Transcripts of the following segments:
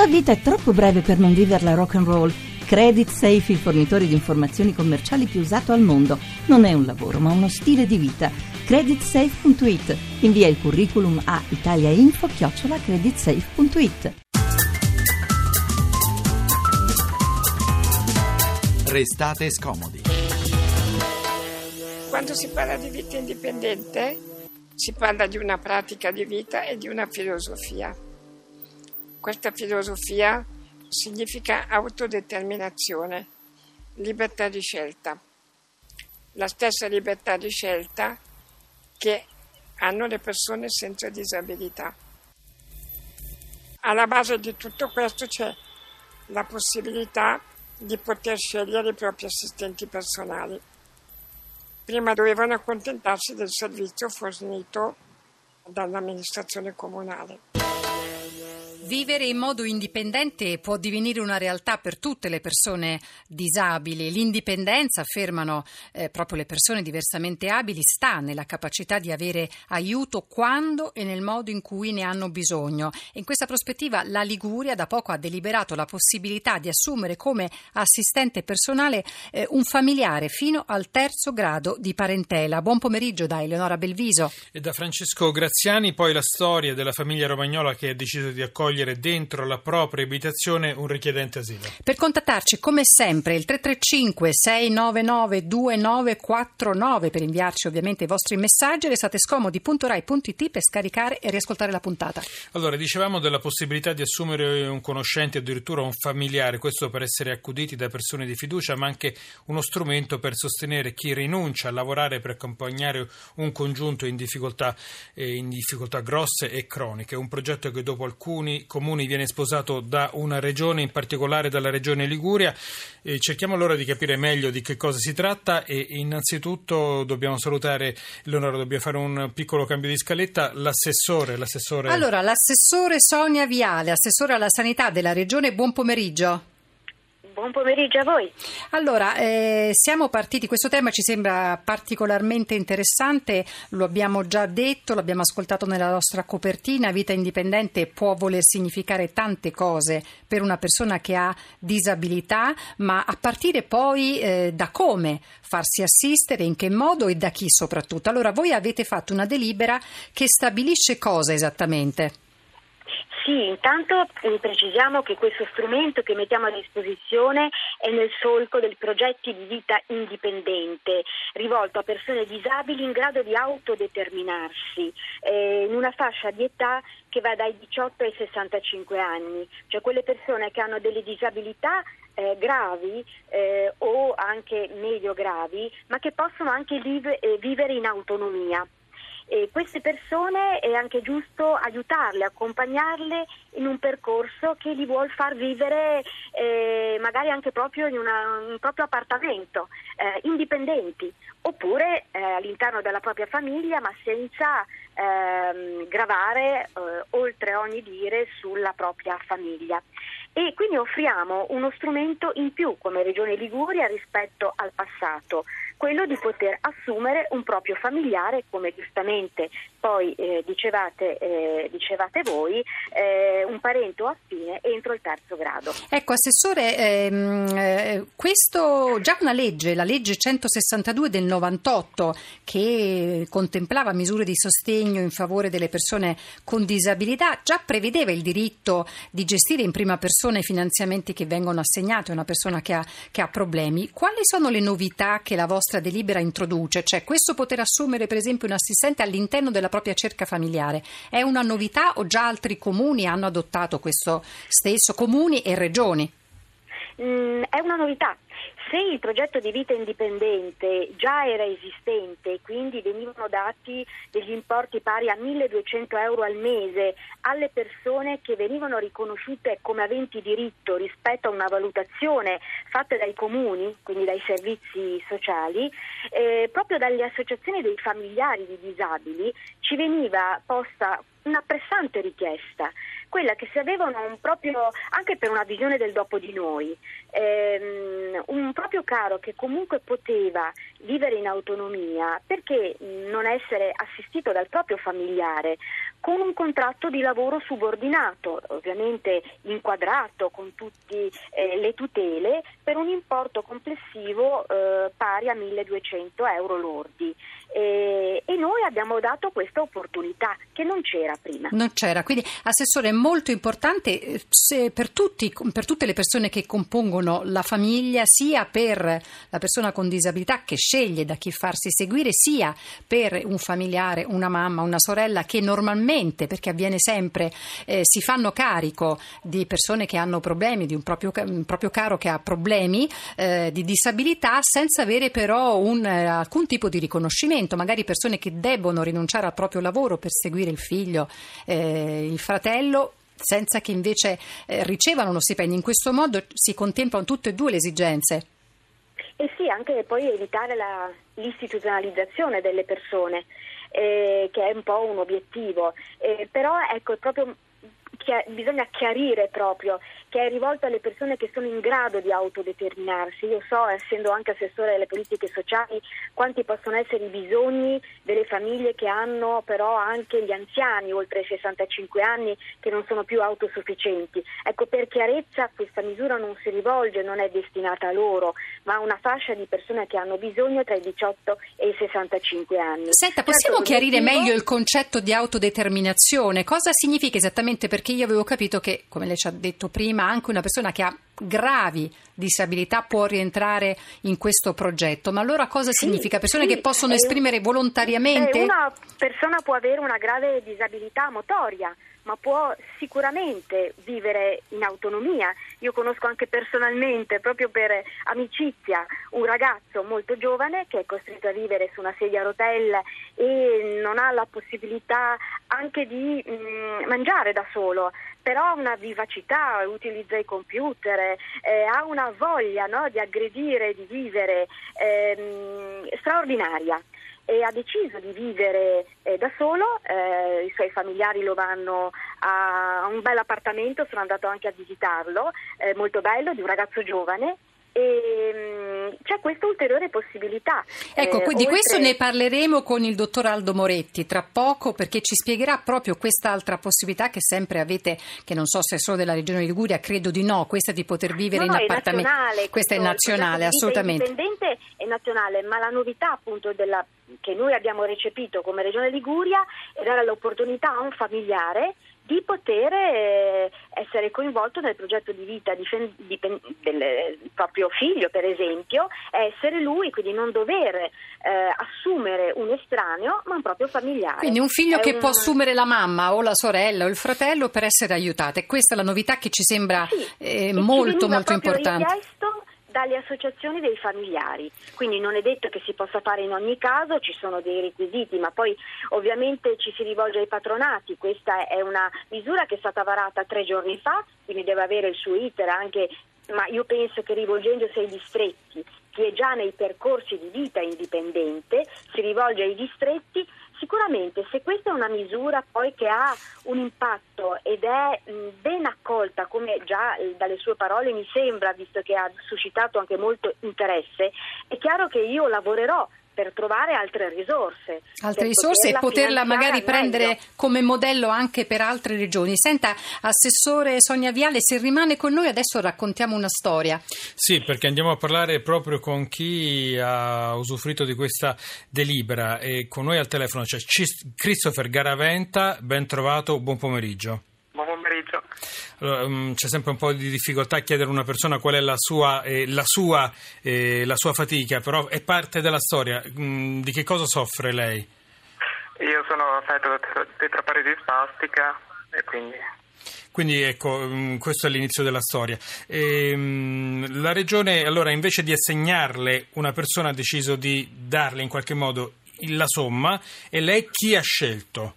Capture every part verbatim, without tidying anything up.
La vita è troppo breve per non viverla rock and roll. Credit Safe, il fornitore di informazioni commerciali più usato al mondo. Non è un lavoro, ma uno stile di vita. credit safe punto it. Invia il curriculum a italiainfo chiocciola creditsafe punto it. Restate scomodi. Quando si parla di vita indipendente, si parla di una pratica di vita e di una filosofia. Questa filosofia significa autodeterminazione, libertà di scelta. La stessa libertà di scelta che hanno le persone senza disabilità. Alla base di tutto questo c'è la possibilità di poter scegliere i propri assistenti personali. Prima dovevano accontentarsi del servizio fornito dall'amministrazione comunale. Vivere in modo indipendente può divenire una realtà per tutte le persone disabili. L'indipendenza, affermano eh, proprio le persone diversamente abili, sta nella capacità di avere aiuto quando e nel modo in cui ne hanno bisogno. E in questa prospettiva la Liguria da poco ha deliberato la possibilità di assumere come assistente personale eh, un familiare fino al terzo grado di parentela. Buon pomeriggio da Eleonora Belviso. E da Francesco Graziani. Poi la storia della famiglia romagnola che ha deciso di accogliere dentro la propria abitazione un richiedente asilo. Per contattarci come sempre il tre tre cinque sei nove nove due nove quattro nove per inviarci ovviamente i vostri messaggi. Restate scomodi punto rai punto it per scaricare e riascoltare la puntata. Allora, dicevamo della possibilità di assumere un conoscente, addirittura un familiare, questo per essere accuditi da persone di fiducia, ma anche uno strumento per sostenere chi rinuncia a lavorare per accompagnare un congiunto in difficoltà, eh, in difficoltà grosse e croniche. Un progetto che dopo alcuni comuni viene sposato da una regione, in particolare dalla regione Liguria. E cerchiamo allora di capire meglio di che cosa si tratta e innanzitutto dobbiamo salutare Eleonora, dobbiamo fare un piccolo cambio di scaletta. L'assessore, l'assessore... Allora, l'assessore Sonia Viale, assessore alla sanità della regione, buon pomeriggio. Buon pomeriggio a voi. Allora, eh, siamo partiti, questo tema ci sembra particolarmente interessante, lo abbiamo già detto, l'abbiamo ascoltato nella nostra copertina. Vita indipendente può voler significare tante cose per una persona che ha disabilità, ma a partire poi eh, da come farsi assistere, in che modo e da chi soprattutto. Allora, voi avete fatto una delibera che stabilisce cosa esattamente? Sì, intanto precisiamo che questo strumento che mettiamo a disposizione è nel solco del progetti di vita indipendente, rivolto a persone disabili in grado di autodeterminarsi, eh, in una fascia di età che va dai diciotto ai sessantacinque anni, cioè quelle persone che hanno delle disabilità eh, gravi eh, o anche medio gravi, ma che possono anche live, eh, vivere in autonomia. E queste persone è anche giusto aiutarle, accompagnarle in un percorso che li vuol far vivere eh, magari anche proprio in una, un proprio appartamento, eh, indipendenti, oppure eh, all'interno della propria famiglia, ma senza eh, gravare eh, oltre ogni dire sulla propria famiglia. E quindi offriamo uno strumento in più come Regione Liguria rispetto al passato, quello di poter assumere un proprio familiare, come giustamente poi eh, dicevate, eh, dicevate voi, eh, un parente o affine entro il terzo grado. Ecco, Assessore, ehm, eh, questo già una legge, la legge centosessantadue del novantotto, che contemplava misure di sostegno in favore delle persone con disabilità, già prevedeva il diritto di gestire in prima persona i finanziamenti che vengono assegnati a una persona che ha, che ha problemi. Quali sono le novità che la vostra delibera introduce? Cioè, questo poter assumere per esempio un assistente all'interno della propria cerca familiare è una novità o già altri comuni hanno adottato questo stesso, comuni e regioni? Mm, è una novità. Se il progetto di vita indipendente già era esistente, quindi venivano dati degli importi pari a milleduecento euro al mese alle persone che venivano riconosciute come aventi diritto rispetto a una valutazione fatta dai comuni, quindi dai servizi sociali, eh, proprio dalle associazioni dei familiari di disabili ci veniva posta una pressante richiesta, quella che se avevano un proprio, anche per una visione del dopo di noi, ehm, un proprio caro che comunque poteva vivere in autonomia, perché non essere assistito dal proprio familiare con un contratto di lavoro subordinato, ovviamente inquadrato con tutte eh, le tutele, per un importo complessivo eh, pari a milleduecento euro lordi. E, e noi abbiamo dato questa opportunità che non c'era prima. Non c'era, quindi Assessore, è molto importante se per, tutti, per tutte le persone che compongono la famiglia, sia per la persona con disabilità che sceglie da chi farsi seguire, sia per un familiare, una mamma, una sorella che normalmente, perché avviene sempre, eh, si fanno carico di persone che hanno problemi, di un proprio, un proprio caro che ha problemi eh, di disabilità, senza avere però un, eh, alcun tipo di riconoscimento. Magari persone che debbono rinunciare al proprio lavoro per seguire il figlio, eh, il fratello, senza che invece eh, ricevano uno stipendio. In questo modo si contemplano tutte e due le esigenze. E sì, anche poi evitare la, l'istituzionalizzazione delle persone, eh, che è un po' un obiettivo. Eh, però ecco, è proprio Chia- bisogna chiarire proprio che è rivolto alle persone che sono in grado di autodeterminarsi. Io so, essendo anche assessore alle politiche sociali, quanti possono essere i bisogni delle famiglie che hanno però anche gli anziani oltre i sessantacinque anni che non sono più autosufficienti. Ecco, per chiarezza, questa misura non si rivolge, non è destinata a loro, ma a una fascia di persone che hanno bisogno tra i diciotto e i sessantacinque anni. Senta, possiamo certo, chiarire l'obiettivo... meglio il concetto di autodeterminazione? Cosa significa esattamente? Perché io avevo capito che, come lei ci ha detto prima, anche una persona che ha gravi disabilità può rientrare in questo progetto. Ma allora cosa sì, significa? Persone sì, che possono esprimere un, volontariamente? Una persona può avere una grave disabilità motoria, ma può sicuramente vivere in autonomia. Io conosco anche personalmente, proprio per amicizia, un ragazzo molto giovane che è costretto a vivere su una sedia a rotelle e non ha la possibilità anche di mh, mangiare da solo, però ha una vivacità, utilizza i computer, eh, ha una voglia, no, di aggredire, di vivere ehm, straordinaria. E ha deciso di vivere eh, da solo, eh, i suoi familiari lo vanno a un bel appartamento, sono andato anche a visitarlo, eh, molto bello, di un ragazzo giovane. E mh, c'è questa ulteriore possibilità. Ecco, eh, di oltre... questo ne parleremo con il dottor Aldo Moretti tra poco, perché ci spiegherà proprio quest'altra possibilità che sempre avete, che non so se è solo della Regione Liguria, credo di no, questa di poter vivere no, in no, appartamenti. Nazionale, questa è nazionale, assolutamente. Indipendente è nazionale, ma la novità appunto della, che noi abbiamo recepito come Regione Liguria è dare l'opportunità a un familiare di poter eh, essere coinvolto nel progetto di vita di, di, del proprio figlio, per esempio, essere lui, quindi non dover eh, assumere un estraneo, ma un proprio familiare. Quindi un figlio è che un... può assumere la mamma o la sorella o il fratello per essere aiutato. E questa è la novità che ci sembra sì, eh, molto molto importante. Richiesto dalle associazioni dei familiari, quindi non è detto che si possa fare in ogni caso, ci sono dei requisiti, ma poi ovviamente ci si rivolge ai patronati. Questa è una misura che è stata varata tre giorni fa, quindi deve avere il suo iter anche, ma io penso che rivolgendosi ai distretti, chi è già nei percorsi di vita indipendente si rivolge ai distretti. Sicuramente, se questa è una misura poi che ha un impatto ed è mh, ben accolta, come già eh, dalle sue parole mi sembra, visto che ha suscitato anche molto interesse, è chiaro che io lavorerò per trovare altre risorse. Altre risorse e poterla magari prendere meglio come modello anche per altre regioni. Senta, Assessore Sonia Viale, se rimane con noi adesso raccontiamo una storia. Sì, perché andiamo a parlare proprio con chi ha usufruito di questa delibera e con noi al telefono c'è Christopher Garaventa, ben trovato, buon pomeriggio. Buon pomeriggio. Allora, um, c'è sempre un po' di difficoltà a chiedere a una persona qual è la sua, eh, la sua, eh, la sua fatica, però è parte della storia. Mm, di che cosa soffre lei? Io sono affetto da tetraparesi spastica e quindi... Quindi ecco, questo è l'inizio della storia. E, la Regione, allora, invece di assegnarle una persona, ha deciso di darle in qualche modo la somma, e lei chi ha scelto?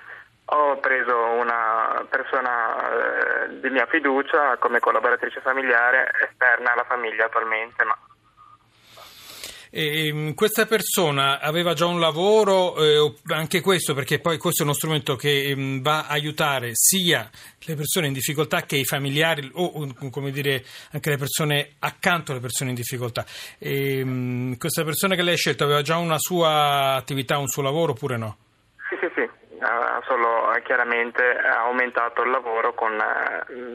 Ho preso una persona eh, di mia fiducia come collaboratrice familiare esterna alla famiglia attualmente, ma... E, questa persona aveva già un lavoro, eh, anche questo, perché poi questo è uno strumento che eh, va a aiutare sia le persone in difficoltà che i familiari o, come dire, anche le persone accanto alle persone in difficoltà. E, mh, questa persona che lei ha scelto aveva già una sua attività, un suo lavoro oppure no? Sì, sì, sì. Uh, solo uh, chiaramente ha aumentato il lavoro con uh, il,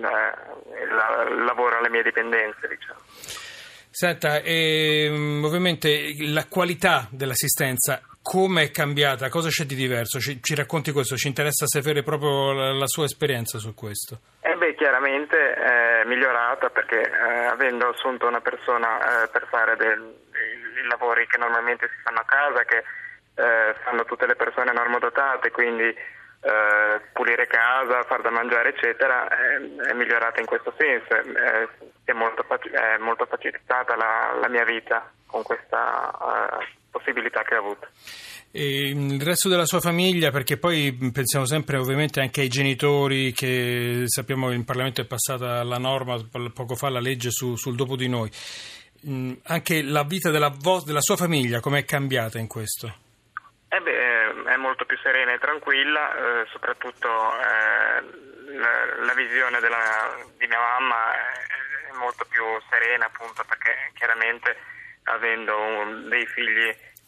la, il lavoro alle mie dipendenze, diciamo. Senta, ehm, ovviamente la qualità dell'assistenza come è cambiata? Cosa c'è di diverso? Ci, ci racconti questo? Ci interessa sapere proprio la, la sua esperienza su questo. Eh beh, chiaramente è migliorata perché eh, avendo assunto una persona eh, per fare del, i lavori che normalmente si fanno a casa, che eh, fanno tutte le persone normodotate, quindi Uh, pulire casa, far da mangiare eccetera, è, è migliorata in questo senso, è, è, molto, è molto facilitata la, la mia vita con questa uh, possibilità che ho avuto. E il resto della sua famiglia, perché poi pensiamo sempre ovviamente anche ai genitori, che sappiamo che in Parlamento è passata la norma poco fa, la legge su, sul dopo di noi, mm, anche la vita della, vo- della sua famiglia com'è cambiata in questo? Eh beh, è molto più serena e tranquilla, eh, soprattutto eh, la, la visione della, di mia mamma è, è molto più serena, appunto perché chiaramente avendo un, dei figli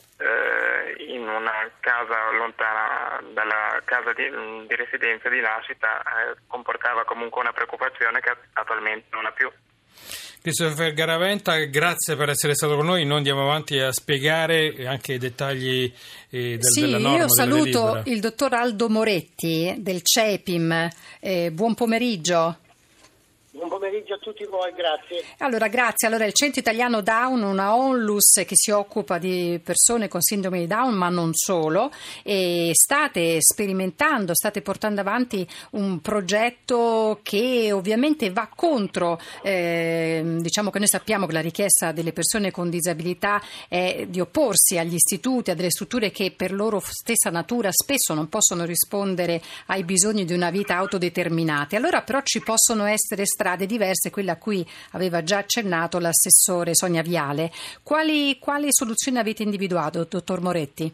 eh, in una casa lontana dalla casa di, di residenza di nascita eh, comportava comunque una preoccupazione che attualmente non ha più. Christopher Garaventa, grazie per essere stato con noi. Noi andiamo avanti a spiegare anche i dettagli eh, del, sì, della norma. Io saluto delibera. Il dottor Aldo Moretti del CEPIM. Eh, buon pomeriggio. Buon pomeriggio a tutti voi, grazie. Allora, grazie. Allora, il Centro Italiano Down, una onlus che si occupa di persone con sindrome di Down, ma non solo, e state sperimentando, state portando avanti un progetto che ovviamente va contro, eh, diciamo che noi sappiamo che la richiesta delle persone con disabilità è di opporsi agli istituti, a delle strutture che per loro stessa natura spesso non possono rispondere ai bisogni di una vita autodeterminata. Allora però ci possono essere strade diverse, quella a cui aveva già accennato l'assessore Sonia Viale. Quali, quali soluzioni avete individuato, dottor Moretti?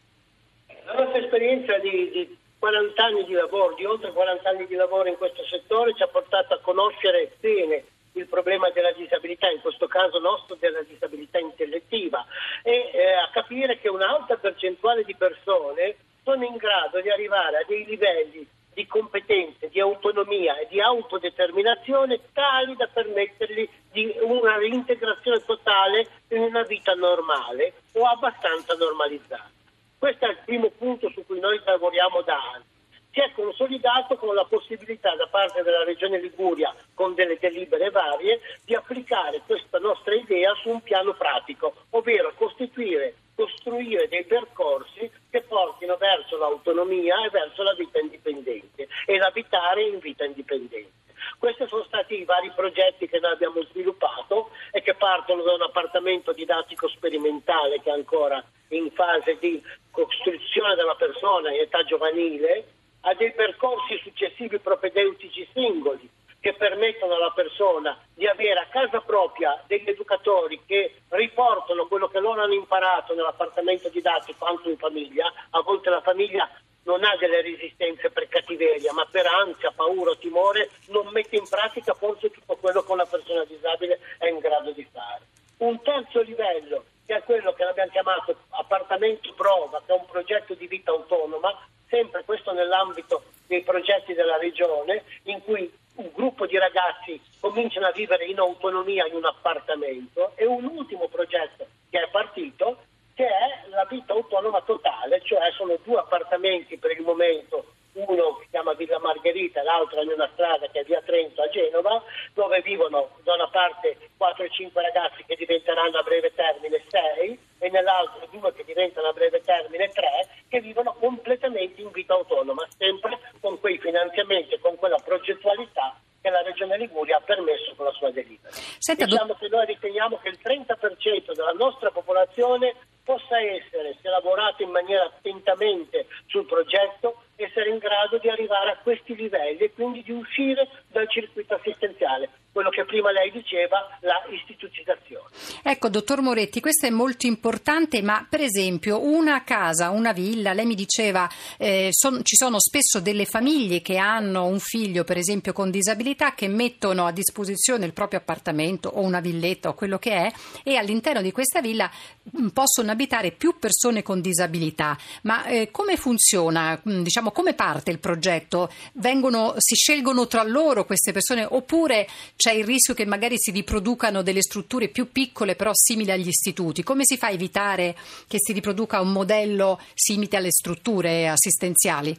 La nostra esperienza di, di quaranta anni di lavoro, di oltre quaranta anni di lavoro in questo settore, ci ha portato a conoscere bene il problema della disabilità, in questo caso nostro della disabilità intellettiva, e eh, a capire che un'alta percentuale di persone sono in grado di arrivare a dei livelli di competenze, di autonomia e di autodeterminazione tali da permettergli di una reintegrazione totale in una vita normale o abbastanza normalizzata. Questo è il primo punto su cui noi lavoriamo da anni. Si è consolidato con la possibilità da parte della Regione Liguria, con delle delibere varie, di applicare questa nostra idea su un piano pratico, ovvero costituire, costruire dei percorsi che portino verso l'autonomia e verso la vita indipendente e l'abitare in vita indipendente. Questi sono stati i vari progetti che noi abbiamo sviluppato e che partono da un appartamento didattico sperimentale che è ancora in fase di costruzione della persona in età giovanile, a dei percorsi successivi propedeutici singoli che permettono alla persona di avere a casa propria degli educatori che riportano quello che loro hanno imparato nell'appartamento didattico anche in famiglia. A volte la famiglia non ha delle resistenze per cattiveria, ma per ansia, paura o timore non mette in pratica forse tutto quello che una persona disabile è in grado di fare. Un terzo livello, che è quello che abbiamo chiamato appartamento prova, che è un progetto di vita autonoma, sempre questo nell'ambito dei progetti della Regione, in cui un gruppo di ragazzi cominciano a vivere in autonomia in un appartamento, e un ultimo progetto che è partito, che è la vita autonoma totale, cioè sono due appartamenti per il momento, uno si chiama Villa Margherita e l'altro è in una strada che è via Trento a Genova, dove vivono da una parte quattro o cinque ragazzi che diventeranno a breve termine sei e nell'altro due che diventano a breve termine tre, che vivono completamente in vita autonoma, sempre con quei finanziamenti e con quella progettualità che la Regione Liguria ha permesso con la sua delibera. Senta, diciamo do... che noi riteniamo che il trenta per cento della nostra popolazione possa essere, se lavorato in maniera attentamente sul progetto, essere in grado di arrivare a questi livelli e quindi di uscire dal circuito assistenziale, quello che prima lei diceva, la istituzionalizzazione. Ecco, dottor Moretti, questo è molto importante, ma per esempio una casa, una villa, lei mi diceva eh, son, ci sono spesso delle famiglie che hanno un figlio, per esempio con disabilità, che mettono a disposizione il proprio appartamento o una villetta o quello che è, e all'interno di questa villa mh, possono abitare più persone con disabilità. Ma eh, come funziona? Mh, diciamo, come parte il progetto? Vengono, si scelgono tra loro queste persone, oppure c'è il rischio che magari si riproducano delle strutture più piccole però simili agli istituti? Come si fa a evitare che si riproduca un modello simile alle strutture assistenziali?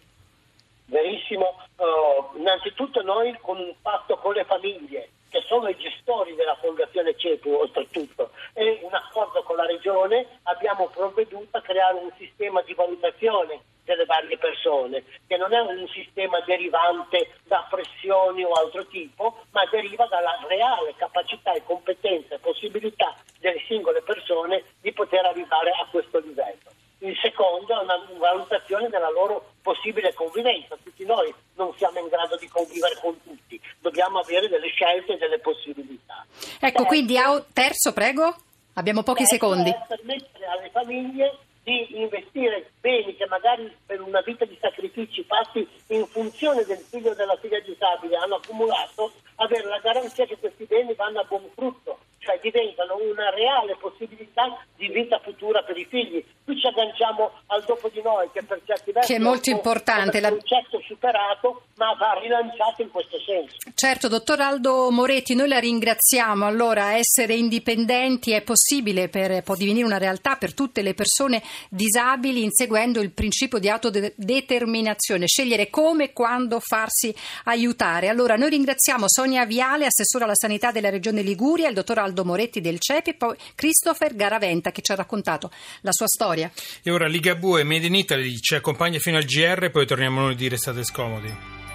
Verissimo, uh, innanzitutto noi con un patto con le famiglie, che sono i gestori della Fondazione CEPU oltretutto, e un accordo con la Regione abbiamo provveduto a creare un sistema di valutazione delle varie persone, che non è un sistema derivante da pressioni o altro tipo, ma deriva dalla reale capacità e competenza e possibilità delle singole persone di poter arrivare a questo livello. Il secondo è una valutazione della loro possibile convivenza. Tutti noi non siamo in grado di convivere con tutti, dobbiamo avere delle scelte e delle possibilità. Ecco, terzo, quindi a terzo, prego, abbiamo pochi secondi. È permettere alle famiglie di investire beni che magari per una vita di sacrifici fatti in funzione del figlio o della figlia disabile hanno accumulato, avere la garanzia che questi beni vanno a buon frutto, cioè diventano una reale possibilità di vita futura per i figli. Qui ci agganciamo al dopo di noi, che per certi versi che è molto è un importante, un concetto superato, ma va rilanciato in questo senso. Certo, dottor Aldo Moretti, noi la ringraziamo. Allora, essere indipendenti è possibile, per, può divenire una realtà per tutte le persone disabili, inseguendo il principio di autodeterminazione, scegliere come e quando farsi aiutare. Allora, noi ringraziamo Sonia Viale, assessora alla sanità della Regione Liguria, il dottor Aldo Moretti del C E P I, e poi Christopher Garaventa, che ci ha raccontato la sua storia. E ora Ligabue e Made in Italy ci accompagna fino al G R, poi torniamo noi di Restate Scomodi.